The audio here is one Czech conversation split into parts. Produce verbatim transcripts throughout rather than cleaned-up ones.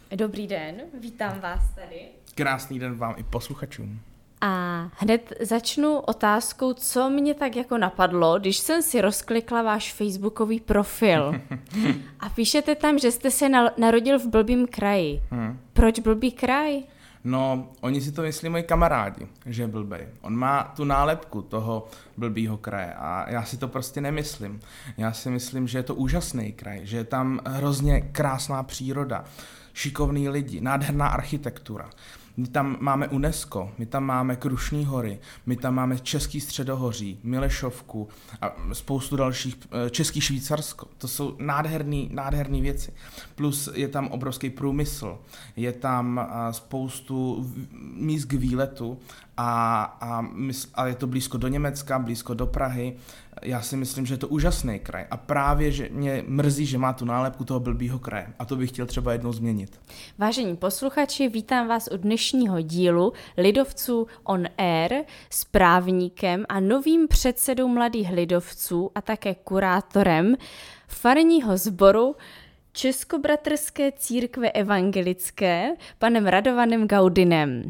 Dobrý den, vítám vás tady. Krásný den vám i posluchačům. A hned začnu otázkou, co mě tak jako napadlo, když jsem si rozklikla váš facebookový profil. A píšete tam, že jste se narodil v blbým kraji. Hmm. Proč blbý kraj? No, oni si to myslí moji kamarádi, že je blbej. On má tu nálepku toho blbýho kraje a já si to prostě nemyslím. Já si myslím, že je to úžasný kraj, že je tam hrozně krásná příroda, šikovní lidi, nádherná architektura. My tam máme UNESCO, my tam máme Krušní hory, my tam máme Český středohoří, Milešovku a spoustu dalších, Český Švýcarsko. To jsou nádherný, nádherný věci. Plus je tam obrovský průmysl, je tam spoustu míst k výletu a, a, a je to blízko do Německa, blízko do Prahy. Já si myslím, že je to úžasný kraj a právě, že mě mrzí, že má tu nálepku toho blbýho kraje a to bych chtěl třeba jednou změnit. Vážení posluchači, vítám vás u dnešního dílu Lidovců on Air s právníkem a novým předsedou Mladých lidovců a také kurátorem farního sboru Českobratrské církve evangelické panem Radovanem Gaudinem.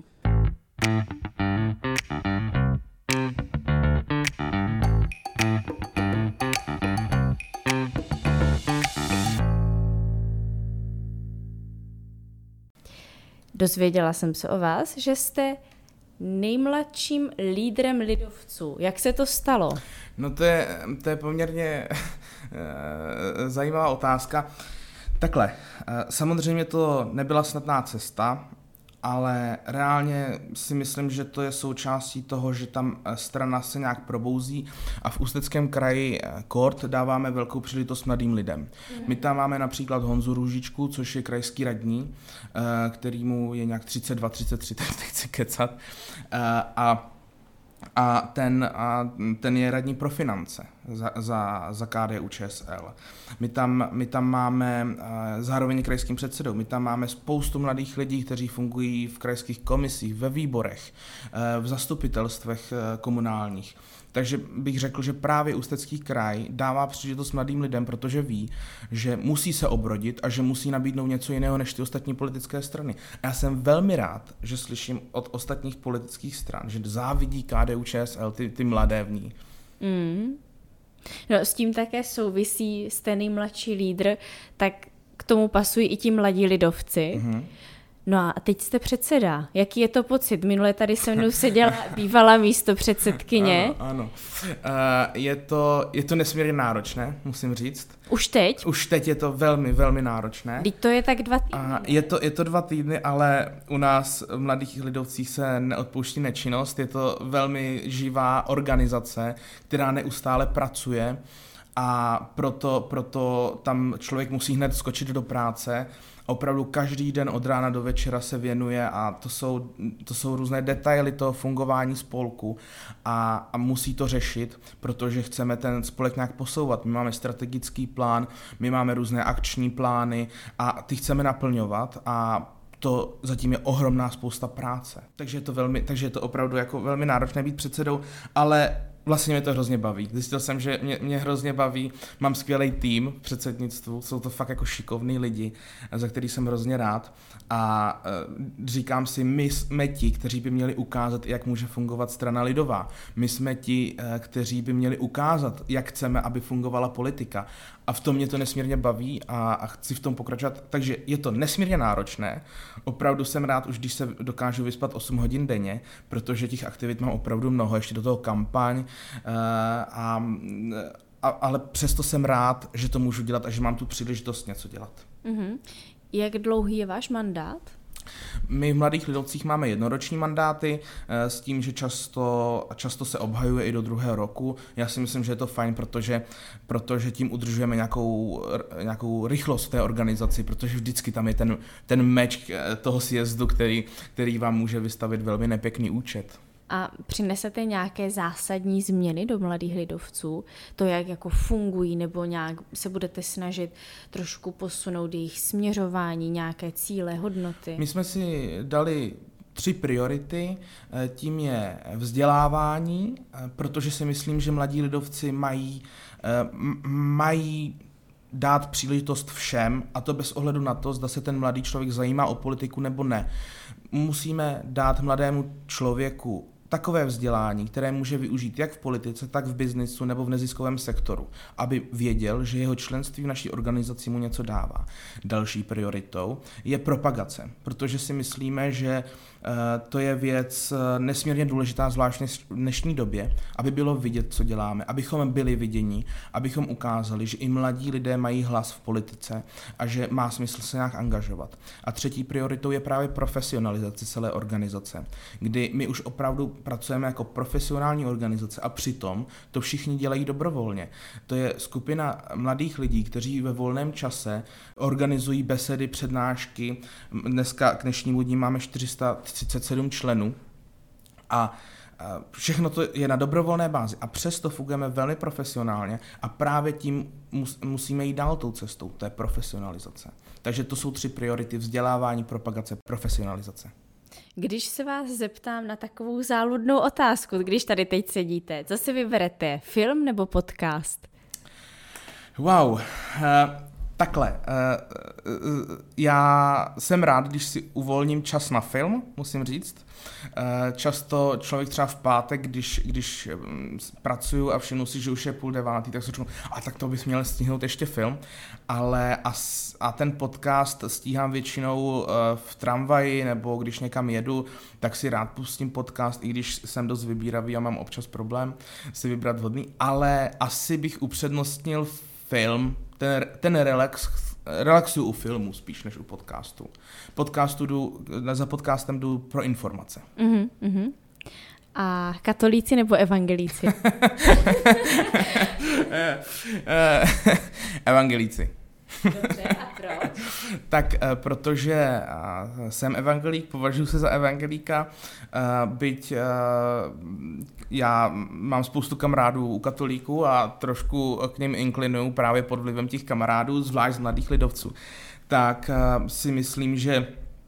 Dozvěděla jsem se o vás, že jste nejmladším lídrem lidovců. Jak se to stalo? No to je, to je poměrně zajímavá otázka. Takhle, samozřejmě to nebyla snadná cesta, ale reálně si myslím, že to je součástí toho, že tam strana se nějak probouzí a v Ústeckém kraji Kort dáváme velkou příležitost mladým lidem. My tam máme například Honzu Růžičku, což je krajský radní, kterýmu je nějak třicet dva, třicet tři, teď nechci kecat, a A ten, a ten je radní pro finance za, za, za K D U Č S L. My tam, my tam máme zároveň krajským předsedou, my tam máme spoustu mladých lidí, kteří fungují v krajských komisích, ve výborech, v zastupitelstvech komunálních. Takže bych řekl, že právě Ústecký kraj dává příležitost mladým lidem, protože ví, že musí se obrodit a že musí nabídnout něco jiného než ty ostatní politické strany. A já jsem velmi rád, že slyším od ostatních politických stran, že závidí K D U Č S L, ty, ty mladé v ní. Mm. No, s tím také souvisí, jste nejmladší lídr, tak k tomu pasují i ti mladí lidovci. Mm-hmm. No a teď jste předseda. Jaký je to pocit? Minule tady se mnou seděla bývalá místopředsedkyně. Ano, ano. Uh, je, to, je to nesmírně náročné, musím říct. Už teď? Už teď je to velmi, velmi náročné. Teď to je tak dva týdny. Uh, je, to, je to dva týdny, ale u nás v Mladých lidovcích se neodpouští nečinnost. Je to velmi živá organizace, která neustále pracuje. A proto, proto tam člověk musí hned skočit do práce. Opravdu každý den od rána do večera se věnuje a to jsou, to jsou různé detaily toho fungování spolku a, a musí to řešit, protože chceme ten spolek nějak posouvat. My máme strategický plán, my máme různé akční plány a ty chceme naplňovat a to zatím je ohromná spousta práce. Takže je to, velmi, takže je to opravdu jako velmi náročné být předsedou, ale vlastně mě to hrozně baví. Zjistil jsem, že mě, mě hrozně baví, mám skvělý tým v předsednictvu, jsou to fakt jako šikovní lidi, za který jsem hrozně rád a e, říkám si, my jsme ti, kteří by měli ukázat, jak může fungovat strana lidová. My jsme ti, e, kteří by měli ukázat, jak chceme, aby fungovala politika. A v tom mě to nesmírně baví a, a chci v tom pokračovat. Takže je to nesmírně náročné. Opravdu jsem rád, už když se dokážu vyspat osm hodin denně, protože těch aktivit mám opravdu mnoho, ještě do toho kampaň. A, a, ale přesto jsem rád, že to můžu dělat a že mám tu příležitost něco dělat. Mm-hmm. Jak dlouhý je váš mandát? My v Mladých lidovcích máme jednoroční mandáty s tím, že často, často se obhajuje i do druhého roku. Já si myslím, že je to fajn, protože, protože tím udržujeme nějakou, nějakou rychlost v té organizaci, protože vždycky tam je ten, ten meč toho sjezdu, který, který vám může vystavit velmi nepěkný účet. A přinesete nějaké zásadní změny do Mladých lidovců? To, jak jako fungují, nebo nějak se budete snažit trošku posunout jejich směřování, nějaké cíle, hodnoty? My jsme si dali tři priority. Tím je vzdělávání, protože si myslím, že mladí lidovci mají, mají dát příležitost všem, a to bez ohledu na to, zda se ten mladý člověk zajímá o politiku nebo ne. Musíme dát mladému člověku takové vzdělání, které může využít jak v politice, tak v biznisu nebo v neziskovém sektoru, aby věděl, že jeho členství v naší organizaci mu něco dává. Další prioritou je propagace, protože si myslíme, že to je věc nesmírně důležitá, zvláště v dnešní době, aby bylo vidět, co děláme, abychom byli viděni, abychom ukázali, že i mladí lidé mají hlas v politice a že má smysl se nějak angažovat. A třetí prioritou je právě profesionalizace celé organizace, kdy my už opravdu pracujeme jako profesionální organizace a přitom to všichni dělají dobrovolně. To je skupina mladých lidí, kteří ve volném čase organizují besedy, přednášky. Dneska k dnešnímu dní máme čtyři sta třicet sedm členů a všechno to je na dobrovolné bázi a přesto fungujeme velmi profesionálně a právě tím musíme jít dál tou cestou, to je profesionalizace. Takže to jsou tři priority: vzdělávání, propagace, profesionalizace. Když se vás zeptám na takovou záludnou otázku, když tady teď sedíte, co si vyberete, film nebo podcast? Wow, uh, takhle, uh, uh, já jsem rád, když si uvolním čas na film, musím říct. Uh, často člověk třeba v pátek, když, když um, pracuju a všimnu si, že už je půl devátý, tak si řeknu, a tak to bys měl stihnout ještě film, ale a, a ten podcast stíhám většinou uh, v tramvaji nebo když někam jedu, tak si rád pustím podcast, i když jsem dost vybíravý a mám občas problém si vybrat vhodný, ale asi bych upřednostnil film, ten, ten relax, relaxuju u filmu spíš než u podcastu. Podcastu jdu, za podcastem jdu pro informace. Uh-huh, uh-huh. A katolíci nebo evangelíci? Evangelíci. Dobře, a proč? Tak protože jsem evangelík, považuji se za evangelíka, byť já mám spoustu kamarádů u katolíků a trošku k nim inklinuju právě pod vlivem těch kamarádů, zvlášť z mladých lidovců, tak si myslím, že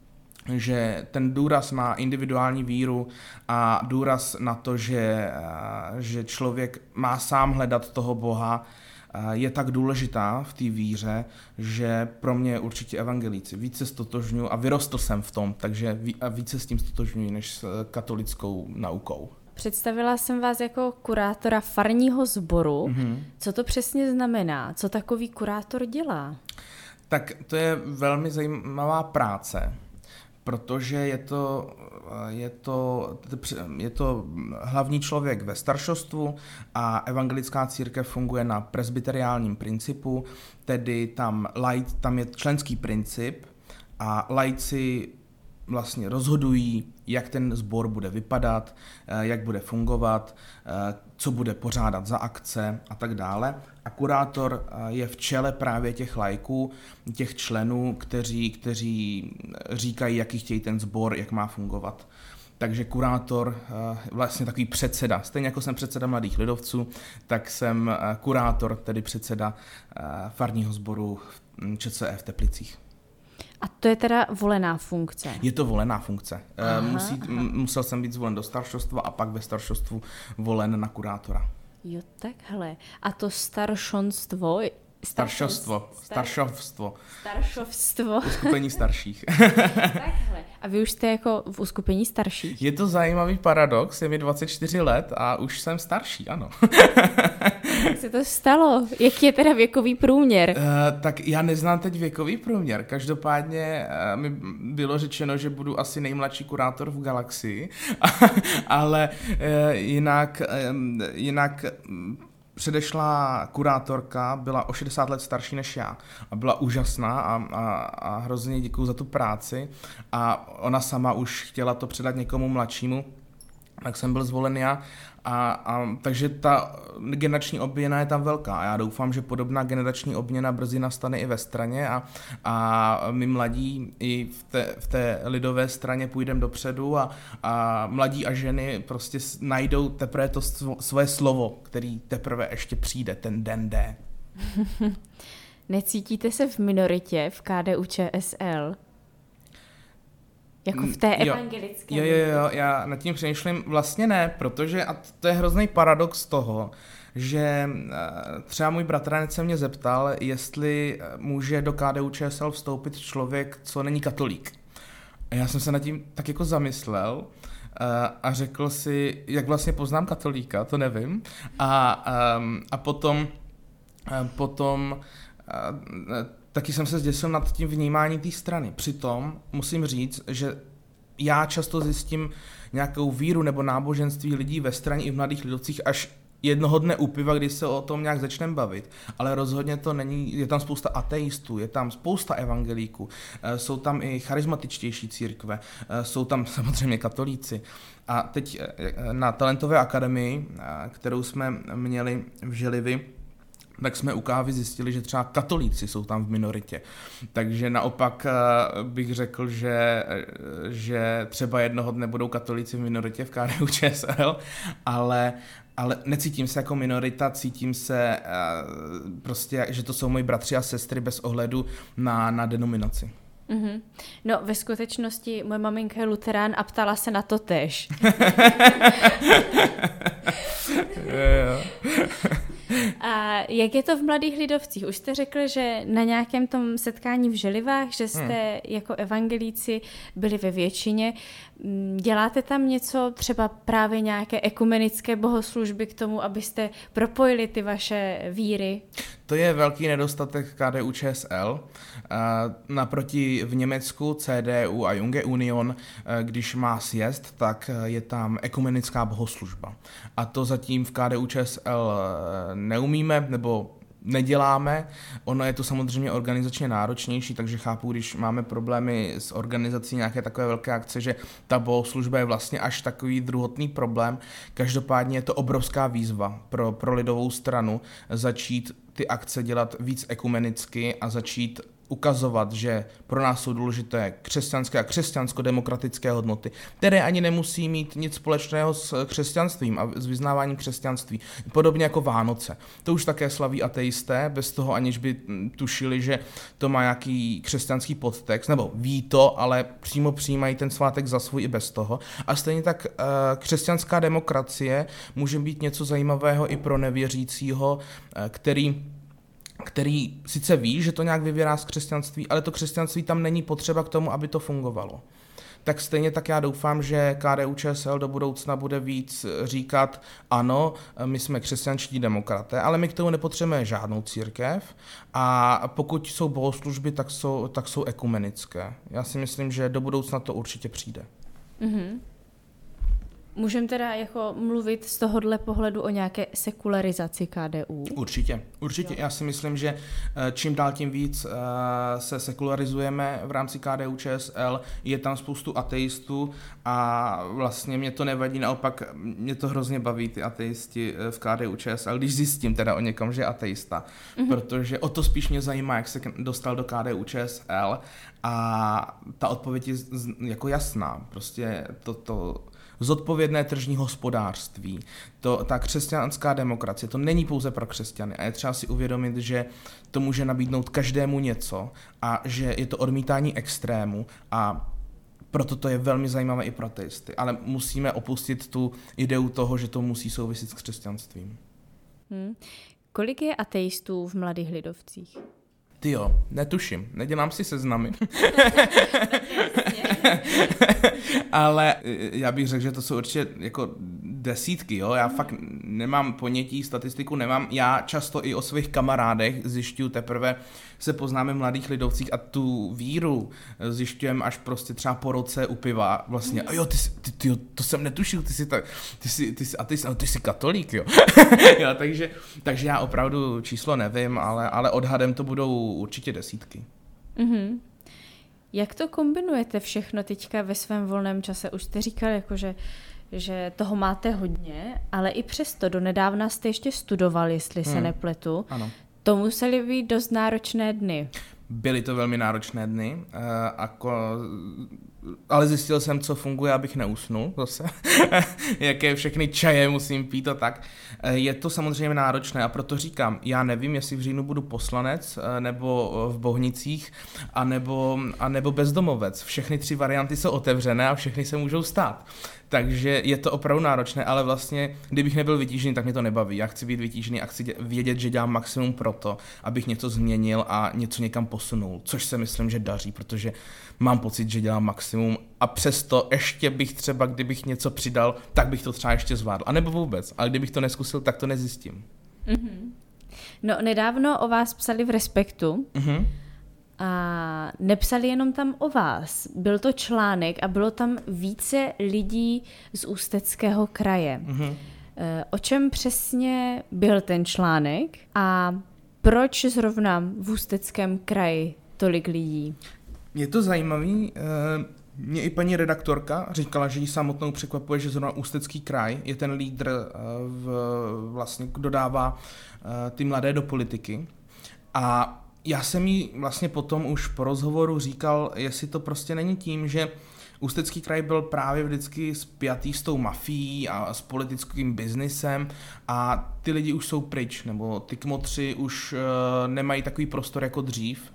že ten důraz na individuální víru a důraz na to, že, že člověk má sám hledat toho Boha, je tak důležitá v té víře, že pro mě je určitě evangelíci. Více stotožňuji a vyrostl jsem v tom, takže více s tím stotožňuji než s katolickou naukou. Představila jsem vás jako kurátora farního sboru. Mm-hmm. Co to přesně znamená? Co takový kurátor dělá? Tak to je velmi zajímavá práce, protože je to, je to, je to hlavní člověk ve staršostvu a evangelická církev funguje na presbyteriálním principu, tedy tam, laj, tam je členský princip a laici vlastně rozhodují, jak ten sbor bude vypadat, jak bude fungovat, co bude pořádat za akce a tak dále. A kurátor je v čele právě těch laiků, těch členů, kteří, kteří říkají, jaký chtějí ten sbor, jak má fungovat. Takže kurátor, vlastně takový předseda, stejně jako jsem předseda Mladých lidovců, tak jsem kurátor, tedy předseda farního sboru ČCE v Teplicích. A to je teda volená funkce? Je to volená funkce. Aha, Musí, aha. Musel jsem být zvolen do staršostva a pak ve staršostvu volen na kurátora. Jo, takhle. A to staršonstvo... Staršovstvo. Staršovstvo. Staršovstvo. Uskupení starších. Takhle. A vy už jste jako v uskupení starších? Je to zajímavý paradox, je mi dvacet čtyři let a už jsem starší, ano. Jak se to stalo? Jaký je teda věkový průměr? Uh, tak já neznám teď věkový průměr. Každopádně uh, mi bylo řečeno, že budu asi nejmladší kurátor v galaxii, ale uh, jinak, um, jinak um, předešlá kurátorka byla o šedesát let starší než já a byla úžasná a, a, a hrozně děkuju za tu práci a ona sama už chtěla to předat někomu mladšímu, tak jsem byl zvolen já a, a takže ta generační obměna je tam velká a já doufám, že podobná generační obměna brzy nastane i ve straně a, a my mladí i v té, v té lidové straně půjdeme dopředu a, a mladí a ženy prostě najdou teprve to svoje slovo, který teprve ještě přijde, ten den D. Necítíte se v minoritě v K D U Č S L? Jako v té evangelické. Jo, jo, jo, já nad tím přemýšlím, vlastně ne, protože, a to je hrozný paradox toho, že třeba můj bratranec se mě zeptal, jestli může do K D U Č S L vstoupit člověk, co není katolík. A já jsem se nad tím tak jako zamyslel a řekl si, jak vlastně poznám katolíka, to nevím. A, a potom, potom taky jsem se zděsil nad tím vnímáním té strany. Přitom musím říct, že já často zjistím nějakou víru nebo náboženství lidí ve straně i v Mladých lidovcích až jednoho dne u piva, když se o tom nějak začneme bavit, ale rozhodně to není, je tam spousta ateistů, je tam spousta evangelíků, jsou tam i charismatičtější církve, jsou tam samozřejmě katolíci. A teď na Talentové akademii, kterou jsme měli v Želivi, tak jsme u kávy zjistili, že třeba katolíci jsou tam v minoritě. Takže naopak bych řekl, že, že třeba jednoho dne budou katolíci v minoritě v K D U Č S L, ale, ale necítím se jako minorita, cítím se prostě, že to jsou moji bratři a sestry bez ohledu na, na denominaci. Mm-hmm. No, ve skutečnosti moje maminka je luterán a ptala se na to též. A jak je to v Mladých lidovcích? Už jste řekl, že na nějakém tom setkání v Želivách, že jste hmm. jako evangelíci byli ve většině. Děláte tam něco, třeba právě nějaké ekumenické bohoslužby k tomu, abyste propojili ty vaše víry? To je velký nedostatek K D U Č S L. Naproti v Německu C D U a Junge Union, když má sjezd, tak je tam ekumenická bohoslužba. A to zatím v K D U Č S L neumíme, nebo neděláme. Ono je to samozřejmě organizačně náročnější, takže chápu, když máme problémy s organizací nějaké takové velké akce, že ta bohoslužba je vlastně až takový druhotný problém. Každopádně je to obrovská výzva pro, pro lidovou stranu začít ty akce dělat víc ekumenicky a začít ukazovat, že pro nás jsou důležité křesťanské a křesťansko-demokratické hodnoty, které ani nemusí mít nic společného s křesťanstvím a s vyznáváním křesťanství. Podobně jako Vánoce. To už také slaví ateisté, bez toho aniž by tušili, že to má nějaký křesťanský podtext, nebo ví to, ale přímo přijímají ten svátek za svůj i bez toho. A stejně tak křesťanská demokracie může být něco zajímavého i pro nevěřícího, který který sice ví, že to nějak vyvěrá z křesťanství, ale to křesťanství tam není potřeba k tomu, aby to fungovalo. Tak stejně tak já doufám, že K D U Č S L do budoucna bude víc říkat, ano, my jsme křesťanští demokraté, ale my k tomu nepotřebujeme žádnou církev a pokud jsou bohoslužby, tak jsou, tak jsou ekumenické. Já si myslím, že do budoucna to určitě přijde. Mm-hmm. Můžeme teda jako mluvit z tohohle pohledu o nějaké sekularizaci K D U? Určitě, určitě. Já si myslím, že čím dál tím víc se sekularizujeme v rámci K D U Č S L, je tam spoustu ateistů a vlastně mě to nevadí, naopak mě to hrozně baví, ty ateisti v K D U Č S L, když zjistím teda o někom, že je ateista, mm-hmm. protože o to spíš mě zajímá, jak se dostal do K D U Č S L a ta odpověď je jako jasná, prostě to, to zodpovědné tržní hospodářství, to, ta křesťanská demokracie, to není pouze pro křesťany a je třeba si uvědomit, že to může nabídnout každému něco a že je to odmítání extrému a proto to je velmi zajímavé i pro ateisty, ale musíme opustit tu ideu toho, že to musí souviset s křesťanstvím. Hmm. Kolik je ateistů v Mladých lidovcích? Tyjo, netuším, nedělám si seznamy. Ale já bych řekl, že to jsou určitě jako desítky, jo, já fakt nemám ponětí, statistiku nemám, já často i o svých kamarádech zjišťuju teprve, se poznáme v Mladých lidovcích a tu víru zjišťujeme až prostě třeba po roce u piva, vlastně, a jo, ty, ty, ty, to jsem netušil, ty jsi, ta, ty jsi, ty jsi, a ty jsi, ty jsi katolík, jo. jo takže, takže já opravdu číslo nevím, ale, ale odhadem to budou určitě desítky. Mhm. Jak to kombinujete všechno teďka ve svém volném čase? Už jste říkal, jako že, že toho máte hodně, ale i přesto donedávna jste ještě studoval, jestli hmm. se nepletu. Ano. To musely být dost náročné dny. Byly to velmi náročné dny. Ako ale zjistil jsem, co funguje, abych neusnul zase, jaké všechny čaje musím pít a tak. Je to samozřejmě náročné a proto říkám, já nevím, jestli v říjnu budu poslanec, nebo v Bohnicích, anebo, anebo bezdomovec. Všechny tři varianty jsou otevřené a všechny se můžou stát. Takže je to opravdu náročné, ale vlastně, kdybych nebyl vytížený, tak mě to nebaví. Já chci být vytížený a chci vědět, že dělám maximum pro to, abych něco změnil a něco někam posunul, což se myslím, že daří, protože mám pocit, že dělám maximum a přesto ještě bych třeba, kdybych něco přidal, tak bych to třeba ještě zvládl. A nebo vůbec, ale kdybych to neskusil, tak to nezjistím. Mm-hmm. No, nedávno o vás psali v Respektu. Mm-hmm. A nepsali jenom tam o vás. Byl to článek a bylo tam více lidí z Ústeckého kraje. Mm-hmm. O čem přesně byl ten článek a proč zrovna v Ústeckém kraji tolik lidí? Je to zajímavý. Mě i paní redaktorka říkala, že jí samotnou překvapuje, že zrovna Ústecký kraj je ten lídr, v, vlastně, kdo dává ty mladé do politiky. A já jsem jí vlastně potom už po rozhovoru říkal, jestli to prostě není tím, že Ústecký kraj byl právě vždycky spjatý s tou mafií a s politickým biznisem a ty lidi už jsou pryč, nebo ty kmotři už uh, nemají takový prostor jako dřív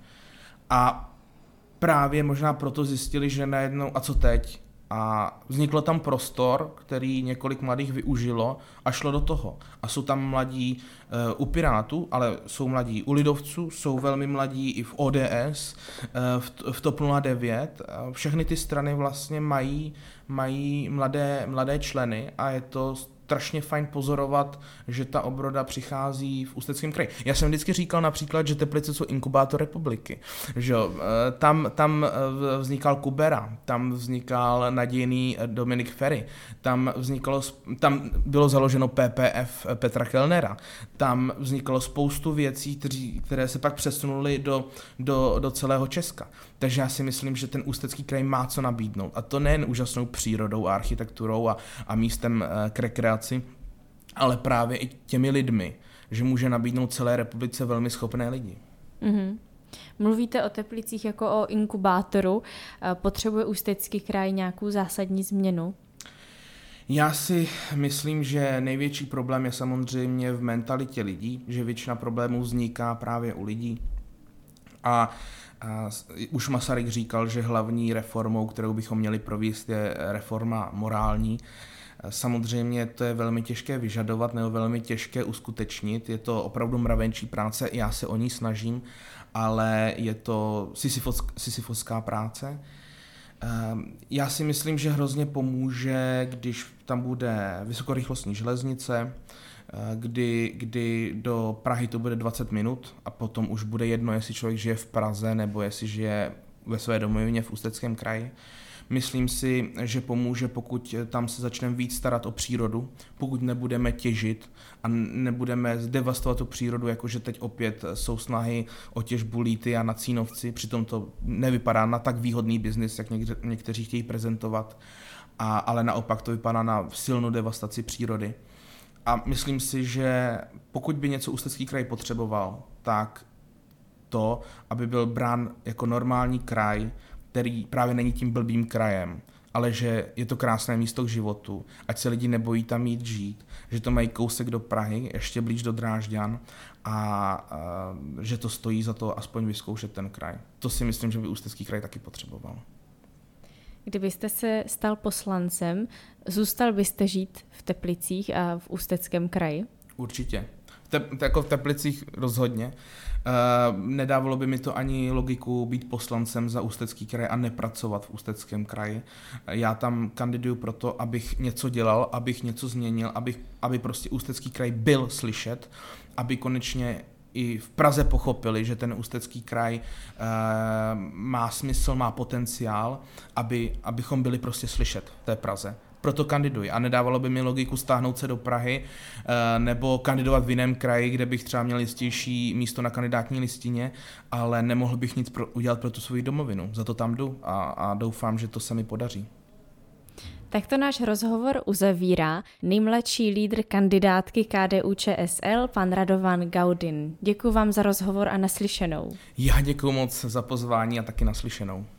a právě možná proto zjistili, že najednou a co teď? A vznikl tam prostor, který několik mladých využilo a šlo do toho. A jsou tam mladí uh, u Pirátů, ale jsou mladí u lidovců, jsou velmi mladí i v O D S, uh, v, v TOP nula devět. Uh, všechny ty strany vlastně mají, mají mladé, mladé členy a je to strašně fajn pozorovat, že ta obroda přichází v Ústeckém kraji. Já jsem vždycky říkal například, že Teplice jsou inkubátor republiky. Že tam, tam vznikal Kubera, tam vznikal nadějný Dominik Ferry, tam, vznikalo, tam bylo založeno P P F Petra Kellnera, tam vznikalo spoustu věcí, které se pak přesunuly do, do, do celého Česka. Takže já si myslím, že ten Ústecký kraj má co nabídnout. A to nejen úžasnou přírodou a architekturou a, a místem k rekreaci, ale právě i těmi lidmi, že může nabídnout celé republice velmi schopné lidi. Mm-hmm. Mluvíte o Teplicích jako o inkubátoru. Potřebuje Ústecký kraj nějakou zásadní změnu? Já si myslím, že největší problém je samozřejmě v mentalitě lidí, že většina problémů vzniká právě u lidí. A A už Masaryk říkal, že hlavní reformou, kterou bychom měli provést, je reforma morální. Samozřejmě to je velmi těžké vyžadovat nebo velmi těžké uskutečnit. Je to opravdu mravenčí práce, já se o ní snažím, ale je to sisyfovská práce. Já si myslím, že hrozně pomůže, když tam bude vysokorychlostní železnice, Kdy, kdy do Prahy to bude dvacet minut a potom už bude jedno, jestli člověk žije v Praze nebo jestli žije ve své domovině v Ústeckém kraji. Myslím si, že pomůže, pokud tam se začneme víc starat o přírodu, pokud nebudeme těžit a nebudeme zdevastovat tu přírodu, jakože teď opět jsou snahy o těžbu lítia na Cínovci, přitom to nevypadá na tak výhodný biznis, jak někde, někteří chtějí prezentovat, a, ale naopak to vypadá na silnou devastaci přírody. A myslím si, že pokud by něco Ústecký kraj potřeboval, tak to, aby byl brán jako normální kraj, který právě není tím blbým krajem, ale že je to krásné místo k životu, ať se lidi nebojí tam jít žít, že to mají kousek do Prahy, ještě blíž do Drážďan a, a že to stojí za to aspoň vyzkoušet ten kraj. To si myslím, že by Ústecký kraj taky potřeboval. Kdybyste se stal poslancem, zůstal byste žít v Teplicích a v Ústeckém kraji? Určitě. Te, jako v Teplicích rozhodně. Uh, nedávalo by mi to ani logiku být poslancem za Ústecký kraj a nepracovat v Ústeckém kraji. Já tam kandiduju proto, abych něco dělal, abych něco změnil, abych, aby prostě Ústecký kraj byl slyšet, aby konečně i v Praze pochopili, že ten Ústecký kraj uh, má smysl, má potenciál, aby, abychom byli prostě slyšet v té Praze. Proto kandiduji a nedávalo by mi logiku stáhnout se do Prahy uh, nebo kandidovat v jiném kraji, kde bych třeba měl jistější místo na kandidátní listině, ale nemohl bych nic pro, udělat pro tu svoji domovinu. Za to tam jdu a, a doufám, že to se mi podaří. Takto náš rozhovor uzavírá nejmladší lídr kandidátky K D U Č S L, pan Radovan Gaudin. Děkuji vám za rozhovor a naslyšenou. Já děkuji moc za pozvání a taky naslyšenou.